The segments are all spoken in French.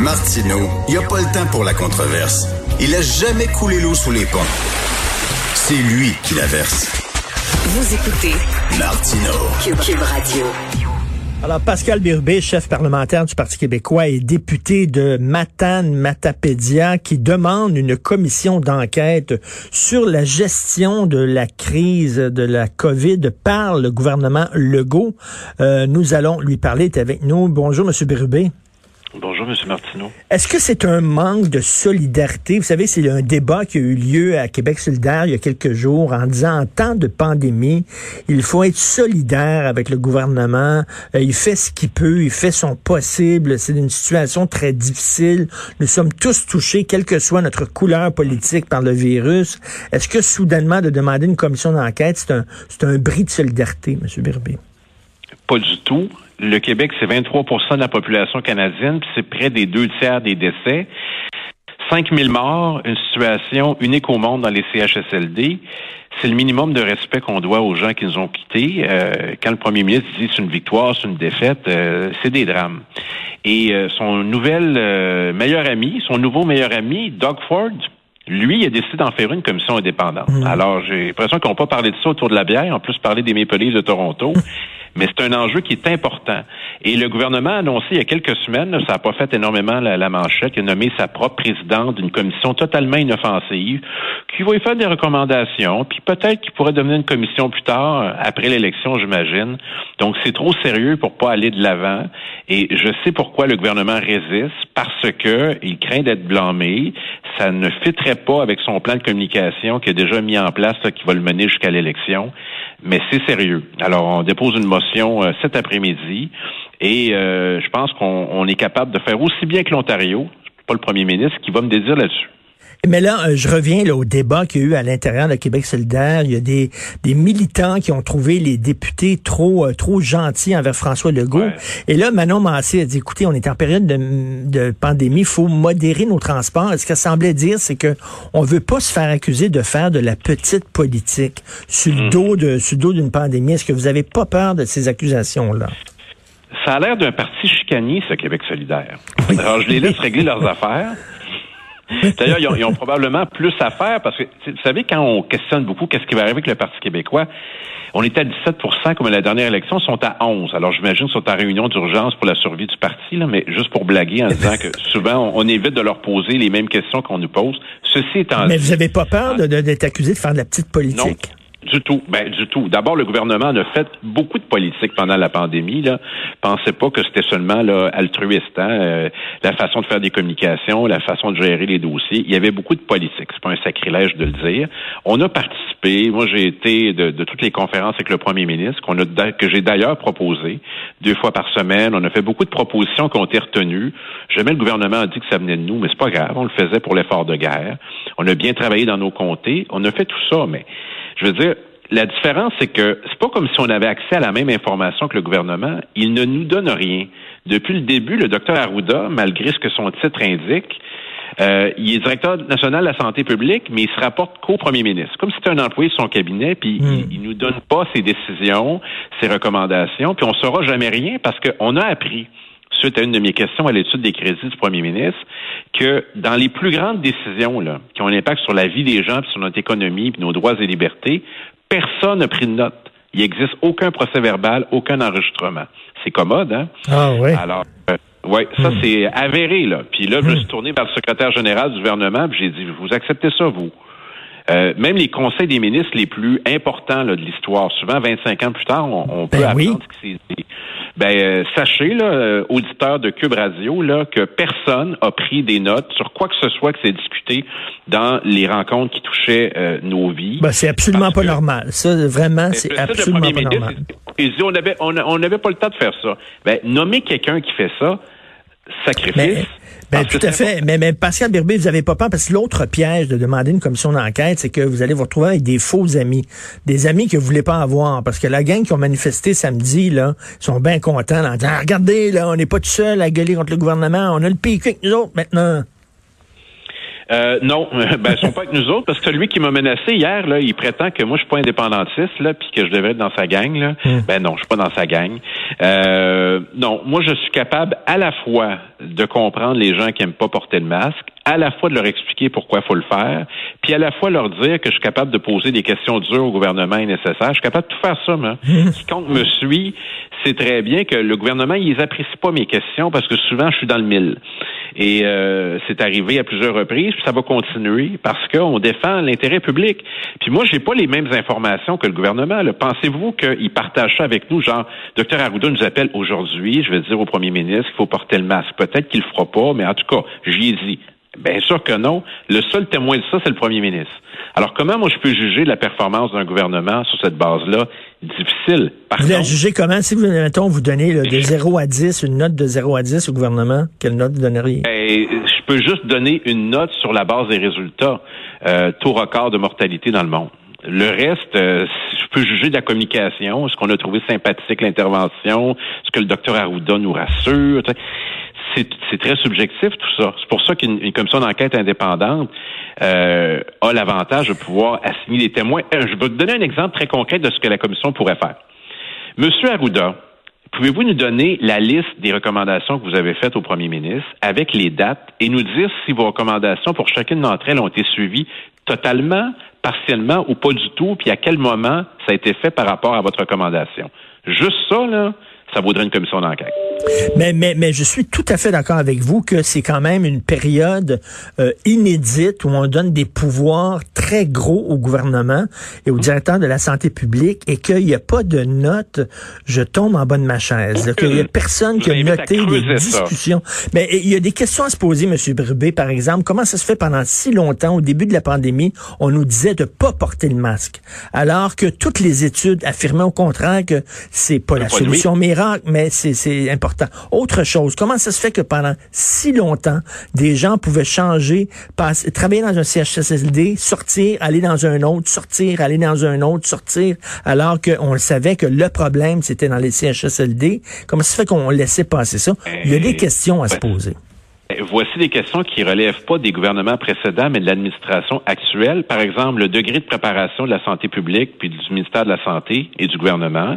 Martineau, il n'y a pas le temps pour la controverse. Il a jamais coulé l'eau sous les ponts. C'est lui qui la verse. Vous écoutez Martineau. Cube Radio. Alors, Pascal Birubé, chef parlementaire du Parti québécois et député de Matane-Matapédia, qui demande une commission d'enquête sur la gestion de la crise de la COVID par le gouvernement Legault. Nous allons lui parler. Il est avec nous. Bonjour, M. Birubé. Bonjour, M. Martineau. Est-ce que c'est un manque de solidarité? Vous savez, c'est un débat qui a eu lieu à Québec solidaire il y a quelques jours en disant, en temps de pandémie, il faut être solidaire avec le gouvernement. Il fait ce qu'il peut, il fait son possible. C'est une situation très difficile. Nous sommes tous touchés, quelle que soit notre couleur politique, par le virus. Est-ce que soudainement, de demander une commission d'enquête, c'est un bris de solidarité, M. Birubé? Pas du tout. Le Québec, c'est 23 % de la population canadienne, puis c'est près des 2/3 des décès. 5 000 morts, une situation unique au monde dans les CHSLD. C'est le minimum de respect qu'on doit aux gens qui nous ont quittés. Quand le premier ministre dit c'est une victoire, c'est une défaite, c'est des drames. Et son nouveau meilleur ami, Doug Ford, lui, il a décidé d'en faire une commission indépendante. Alors, j'ai l'impression qu'on n'a pas parlé de ça autour de la bière, en plus parler des Maple Leafs de Toronto. Mais c'est un enjeu qui est important. Et le gouvernement a annoncé il y a quelques semaines, ça n'a pas fait énormément la manchette, il a nommé sa propre présidente d'une commission totalement inoffensive qui va y faire des recommandations, puis peut-être qu'il pourrait devenir une commission plus tard, après l'élection, j'imagine. Donc, c'est trop sérieux pour pas aller de l'avant. Et je sais pourquoi le gouvernement résiste, parce que il craint d'être blâmé. Ça ne fitterait pas avec son plan de communication qu'il a déjà mis en place, là, qui va le mener jusqu'à l'élection. Mais c'est sérieux. Alors, on dépose une motion cet après-midi et je pense qu'on est capable de faire aussi bien que l'Ontario, pas le premier ministre, qui va me dédire là-dessus. Mais là, je reviens au débat qu'il y a eu à l'intérieur de Québec solidaire. Il y a des militants qui ont trouvé les députés trop gentils envers François Legault. Ouais. Et là, Manon Massé a dit, écoutez, on est en période de pandémie, il faut modérer nos transports. Et ce qu'elle semblait dire, c'est que on veut pas se faire accuser de faire de la petite politique sur le dos d'une pandémie. Est-ce que vous avez pas peur de ces accusations-là? Ça a l'air d'un parti chicanier, ce Québec solidaire. Oui. Alors, je les laisse régler leurs affaires. D'ailleurs, ils ont probablement plus à faire parce que, vous savez, quand on questionne beaucoup qu'est-ce qui va arriver avec le Parti québécois, on était à 17 % comme à la dernière élection, ils sont à 11. Alors, j'imagine qu'ils sont en réunion d'urgence pour la survie du parti, là, mais juste pour blaguer en disant que souvent, on évite de leur poser les mêmes questions qu'on nous pose. Ceci étant dit... Mais vous n'avez pas peur d'être accusé de faire de la petite politique? Non. Du tout. Du tout. D'abord, le gouvernement a fait beaucoup de politique pendant la pandémie. Là, pensez pas que c'était seulement là altruiste. La façon de faire des communications, la façon de gérer les dossiers. Il y avait beaucoup de politique. C'est pas un sacrilège de le dire. On a participé. Moi, j'ai été de toutes les conférences avec le premier ministre que j'ai d'ailleurs proposé 2 fois par semaine. On a fait beaucoup de propositions qui ont été retenues. Jamais le gouvernement a dit que ça venait de nous, mais c'est pas grave. On le faisait pour l'effort de guerre. On a bien travaillé dans nos comtés. On a fait tout ça, mais je veux dire, la différence, c'est que c'est pas comme si on avait accès à la même information que le gouvernement. Il ne nous donne rien. Depuis le début, le docteur Arruda, malgré ce que son titre indique, il est directeur national de la santé publique, mais il se rapporte qu'au premier ministre. Comme si c'était un employé de son cabinet, puis il nous donne pas ses décisions, ses recommandations, puis on saura jamais rien parce qu'on a appris, suite à une de mes questions à l'étude des crédits du premier ministre, que dans les plus grandes décisions là, qui ont un impact sur la vie des gens, puis sur notre économie, puis nos droits et libertés, personne n'a pris de note. Il n'existe aucun procès-verbal, aucun enregistrement. C'est commode, hein? Ah oui. Alors, ça c'est avéré, là. Puis là, je me suis tourné vers le secrétaire général du gouvernement, puis j'ai dit, vous acceptez ça, vous? Même les conseils des ministres les plus importants là, de l'histoire, souvent 25 ans plus tard, on peut apprendre ce qui s'est dit. Sachez, là, auditeurs de Cube Radio, là, que personne a pris des notes sur quoi que ce soit que c'est discuté dans les rencontres qui touchaient nos vies. C'est absolument pas normal. Ça, vraiment, c'est absolument pas normal. Il dit, on n'avait pas le temps de faire ça. Nommer quelqu'un qui fait ça, sacrifice. Tout à fait. Mais Pascal Birubé, vous n'avez pas peur parce que l'autre piège de demander une commission d'enquête, c'est que vous allez vous retrouver avec des faux amis. Des amis que vous voulez pas avoir. Parce que la gang qui ont manifesté samedi, là, sont bien contents en disant, regardez, là, on n'est pas tout seul à gueuler contre le gouvernement. On a le PQ avec nous autres maintenant. Non, ils sont pas avec nous autres parce que celui qui m'a menacé hier, là, il prétend que moi je suis pas indépendantiste, là, puis que je devrais être dans sa gang, là. Non, je suis pas dans sa gang. Non, moi je suis capable à la fois de comprendre les gens qui aiment pas porter le masque, à la fois de leur expliquer pourquoi il faut le faire, puis à la fois leur dire que je suis capable de poser des questions dures au gouvernement et nécessaires. Je suis capable de tout faire ça, moi. Quiconque me suit sait très bien que le gouvernement, ils apprécient pas mes questions parce que souvent je suis dans le mille. Et c'est arrivé à plusieurs reprises, puis ça va continuer parce qu'on défend l'intérêt public. Puis moi, j'ai pas les mêmes informations que le gouvernement. Là. Pensez-vous qu'ils partagent ça avec nous? Genre, Dr Arruda nous appelle aujourd'hui, je vais dire au premier ministre qu'il faut porter le masque. Peut-être qu'il le fera pas, mais en tout cas, j'y ai dit. Bien sûr que non. Le seul témoin de ça, c'est le premier ministre. Alors, comment moi je peux juger la performance d'un gouvernement sur cette base-là? Difficile. Vous la jugez comment? Si vous, mettons, vous donnez là, de 0 à 10, une note de 0 à 10 au gouvernement, quelle note vous donneriez? Je peux juste donner une note sur la base des résultats. Taux record de mortalité dans le monde. Le reste, je peux juger de la communication, ce qu'on a trouvé sympathique, l'intervention, ce que le docteur Arruda nous rassure. C'est très subjectif tout ça. C'est pour ça qu'une commission d'enquête indépendante a l'avantage de pouvoir assigner des témoins. Je vais vous donner un exemple très concret de ce que la commission pourrait faire. Monsieur Arruda, pouvez-vous nous donner la liste des recommandations que vous avez faites au premier ministre avec les dates et nous dire si vos recommandations pour chacune d'entre elles ont été suivies totalement, partiellement ou pas du tout, puis à quel moment ça a été fait par rapport à votre recommandation? Juste ça, là, ça vaudrait une commission d'enquête. Mais je suis tout à fait d'accord avec vous que c'est quand même une période inédite où on donne des pouvoirs très gros au gouvernement et au directeur de la santé publique et qu'il n'y a pas de note, je tombe en bas de ma chaise. Qu'il n'y a personne qui a noté les discussions. Mais il y a des questions à se poser, M. Bérubé, par exemple. Comment ça se fait pendant si longtemps, au début de la pandémie, on nous disait de pas porter le masque, alors que toutes les études affirmaient au contraire que c'est pas la solution miracle, mais c'est important. Autre chose, comment ça se fait que pendant si longtemps, des gens pouvaient changer, travailler dans un CHSLD, sortir, aller dans un autre, sortir, aller dans un autre, sortir, alors qu'on le savait que le problème, c'était dans les CHSLD. Comment ça se fait qu'on laissait passer ça? Il y a des questions à se poser. Voici des questions qui relèvent pas des gouvernements précédents, mais de l'administration actuelle. Par exemple, le degré de préparation de la santé publique, puis du ministère de la Santé et du gouvernement,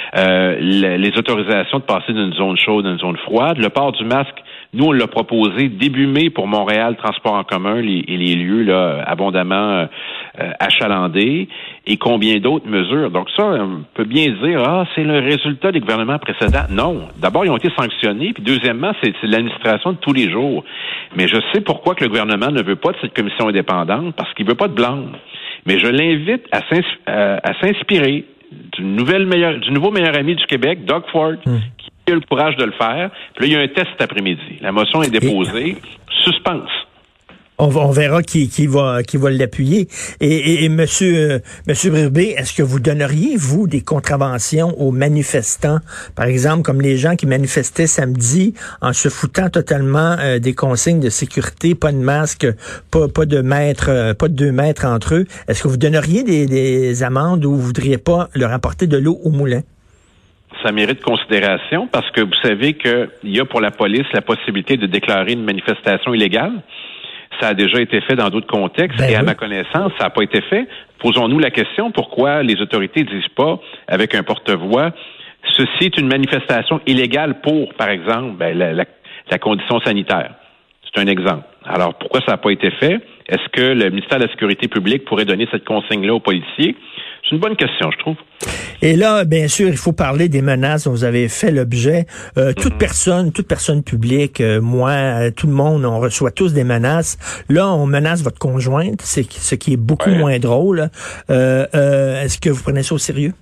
les autorisations de passer d'une zone chaude à une zone froide, le port du masque. Nous, on l'a proposé début mai pour Montréal, transport en commun et les lieux là abondamment achalandés, et combien d'autres mesures. Donc ça, on peut bien dire, c'est le résultat des gouvernements précédents. Non. D'abord, ils ont été sanctionnés, puis deuxièmement, c'est l'administration de tous les jours. Mais je sais pourquoi que le gouvernement ne veut pas de cette commission indépendante, parce qu'il veut pas de blâme. Mais je l'invite à s'inspirer du nouveau meilleur ami du Québec, Doug Ford, qui a le courage de le faire. Puis là, il y a un test cet après-midi. La motion est déposée. Suspense. On verra qui va l'appuyer. Et Monsieur Bérubé, est-ce que vous donneriez, vous, des contraventions aux manifestants? Par exemple, comme les gens qui manifestaient samedi en se foutant totalement des consignes de sécurité, pas de masque, pas de 2 mètres entre eux. Est-ce que vous donneriez des amendes ou vous voudriez pas leur apporter de l'eau au moulin? Ça mérite considération parce que vous savez qu'il y a pour la police la possibilité de déclarer une manifestation illégale. Ça a déjà été fait dans d'autres contextes et à ma connaissance, ça n'a pas été fait. Posons-nous la question pourquoi les autorités disent pas avec un porte-voix ceci est une manifestation illégale pour, par exemple, la condition sanitaire. C'est un exemple. Alors pourquoi ça n'a pas été fait? Est-ce que le ministère de la Sécurité publique pourrait donner cette consigne-là aux policiers? C'est une bonne question, je trouve. Et là, bien sûr, il faut parler des menaces dont vous avez fait l'objet. Toute personne publique, moi, tout le monde, on reçoit tous des menaces. Là, on menace votre conjointe, c'est ce qui est beaucoup moins drôle. Est-ce que vous prenez ça au sérieux?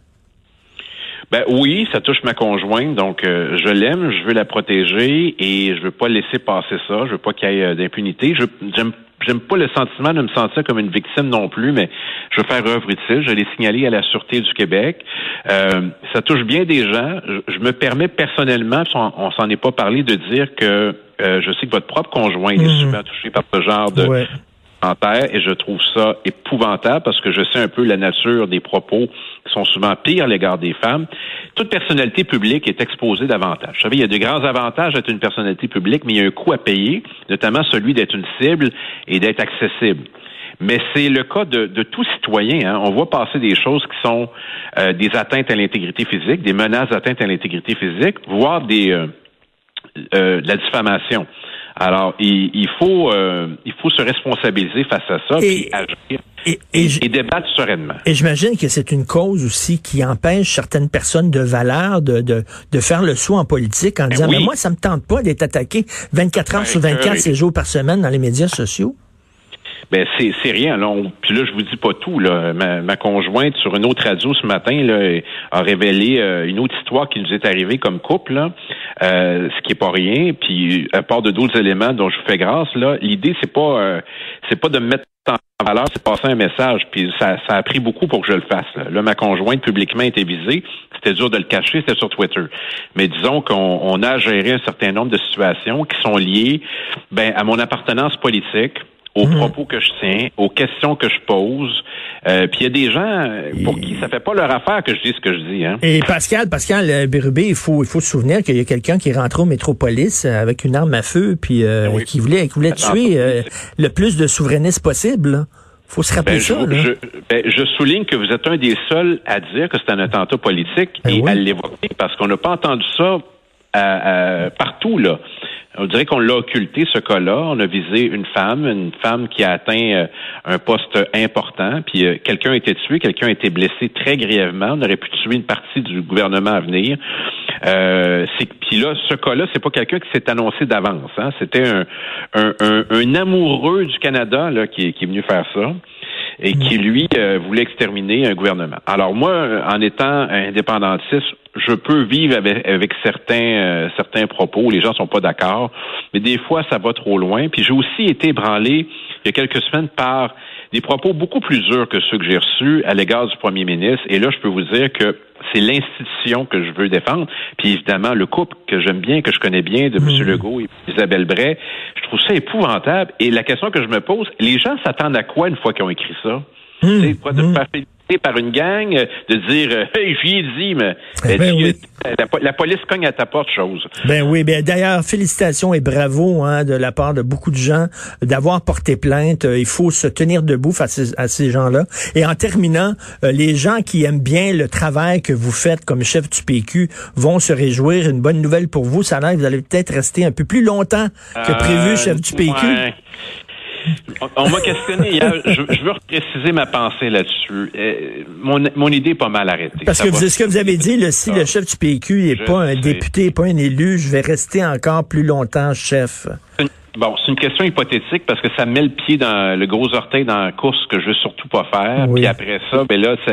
Oui, ça touche ma conjointe, donc je l'aime, je veux la protéger et je veux pas laisser passer ça, je veux pas qu'il y ait d'impunité. J'aime pas le sentiment de me sentir comme une victime non plus, mais je veux faire œuvre utile. Je l'ai signalé à la Sûreté du Québec. Ça touche bien des gens. Je me permets personnellement, on s'en est pas parlé, de dire que je sais que votre propre conjoint est souvent touché par ce genre parlementaire et je trouve ça épouvantable parce que je sais un peu la nature des propos qui sont souvent pires à l'égard des femmes. Toute personnalité publique est exposée davantage. Vous savez, il y a de grands avantages d'être une personnalité publique, mais il y a un coût à payer, notamment celui d'être une cible et d'être accessible. Mais c'est le cas de tout citoyen. Hein. On voit passer des choses qui sont des atteintes à l'intégrité physique, des menaces d'atteinte à l'intégrité physique, voire de la diffamation. Alors, il faut se responsabiliser face à ça, puis agir et débattre sereinement. Et j'imagine que c'est une cause aussi qui empêche certaines personnes de valeur de faire le saut en politique en disant, mais moi, ça me tente pas d'être attaqué 24 heures sur 24, 7 jours par semaine dans les médias sociaux. Ben c'est rien. Là, puis là, je vous dis pas tout. Là, ma conjointe sur une autre radio ce matin là a révélé une autre histoire qui nous est arrivée comme couple. Là, ce qui est pas rien. Puis à part de d'autres éléments dont je vous fais grâce, là, l'idée c'est pas de me mettre en valeur, c'est de passer un message. Puis ça a pris beaucoup pour que je le fasse. Là, ma conjointe publiquement était visée. C'était dur de le cacher, c'était sur Twitter. Mais disons qu'on a géré un certain nombre de situations qui sont liées, à mon appartenance politique, aux propos que je tiens, aux questions que je pose. Puis il y a des gens pour qui ça fait pas leur affaire que je dis ce que je dis. Hein. Et Pascal Bérubé, il faut se souvenir qu'il y a quelqu'un qui est rentré au Métropolis avec une arme à feu, puis qui voulait tuer le plus de souverainistes possible. Là. Faut se rappeler ça. Je souligne que vous êtes un des seuls à dire que c'est un attentat politique et à l'évoquer, parce qu'on n'a pas entendu ça partout, là. On dirait qu'on l'a occulté, ce cas-là. On a visé une femme qui a atteint un poste important, puis quelqu'un a été tué, quelqu'un a été blessé très grièvement. On aurait pu tuer une partie du gouvernement à venir. Puis là, ce cas-là, c'est pas quelqu'un qui s'est annoncé d'avance. Hein. C'était un amoureux du Canada là qui est venu faire ça et qui, lui, voulait exterminer un gouvernement. Alors moi, en étant indépendantiste, je peux vivre avec certains propos. Les gens sont pas d'accord, mais des fois, ça va trop loin. Puis j'ai aussi été ébranlé il y a quelques semaines par des propos beaucoup plus durs que ceux que j'ai reçus à l'égard du premier ministre. Et là, je peux vous dire que c'est l'institution que je veux défendre. Puis évidemment, le couple que j'aime bien, que je connais bien, de M. Legault et Isabelle Bray, je trouve ça épouvantable. Et la question que je me pose, les gens s'attendent à quoi une fois qu'ils ont écrit ça? C'est quoi de faire féliciter par une gang, de dire hey, j'y ai dit, mais la police cogne à ta porte, chose. D'ailleurs, félicitations et bravo de la part de beaucoup de gens d'avoir porté plainte. Il faut se tenir debout face à ces gens-là. Et en terminant, les gens qui aiment bien le travail que vous faites comme chef du PQ vont se réjouir. Une bonne nouvelle pour vous, ça a l'air que vous allez peut-être rester un peu plus longtemps que prévu chef du PQ. Ouais. On m'a questionné hier. Je veux repréciser ma pensée là-dessus. Mon idée est pas mal arrêtée. Parce que ce que vous avez dit, si le chef du PQ n'est pas un député, pas un élu, je vais rester encore plus longtemps chef. C'est une question hypothétique parce que ça me met le pied dans le gros orteil dans la course que je veux surtout pas faire. Oui. Puis après ça,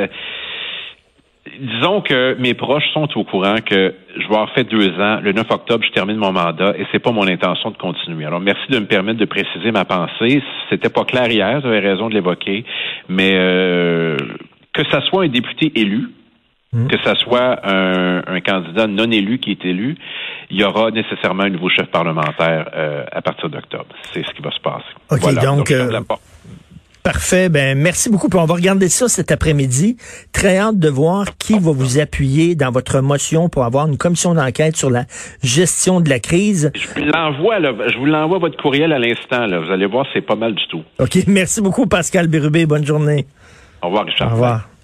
disons que mes proches sont au courant que je vais avoir fait 2 ans. Le 9 octobre, je termine mon mandat et c'est pas mon intention de continuer. Alors, merci de me permettre de préciser ma pensée. C'était pas clair hier, vous avez raison de l'évoquer, mais que ça soit un député élu, que ça soit un candidat non élu qui est élu, il y aura nécessairement un nouveau chef parlementaire à partir d'octobre. C'est ce qui va se passer. OK, voilà, donc parfait. Merci beaucoup. Puis on va regarder ça cet après-midi. Très hâte de voir qui va vous appuyer dans votre motion pour avoir une commission d'enquête sur la gestion de la crise. Je vous l'envoie votre courriel à l'instant. Là. Vous allez voir, c'est pas mal du tout. OK. Merci beaucoup, Pascal Bérubé. Bonne journée. Au revoir, Richard. Au revoir.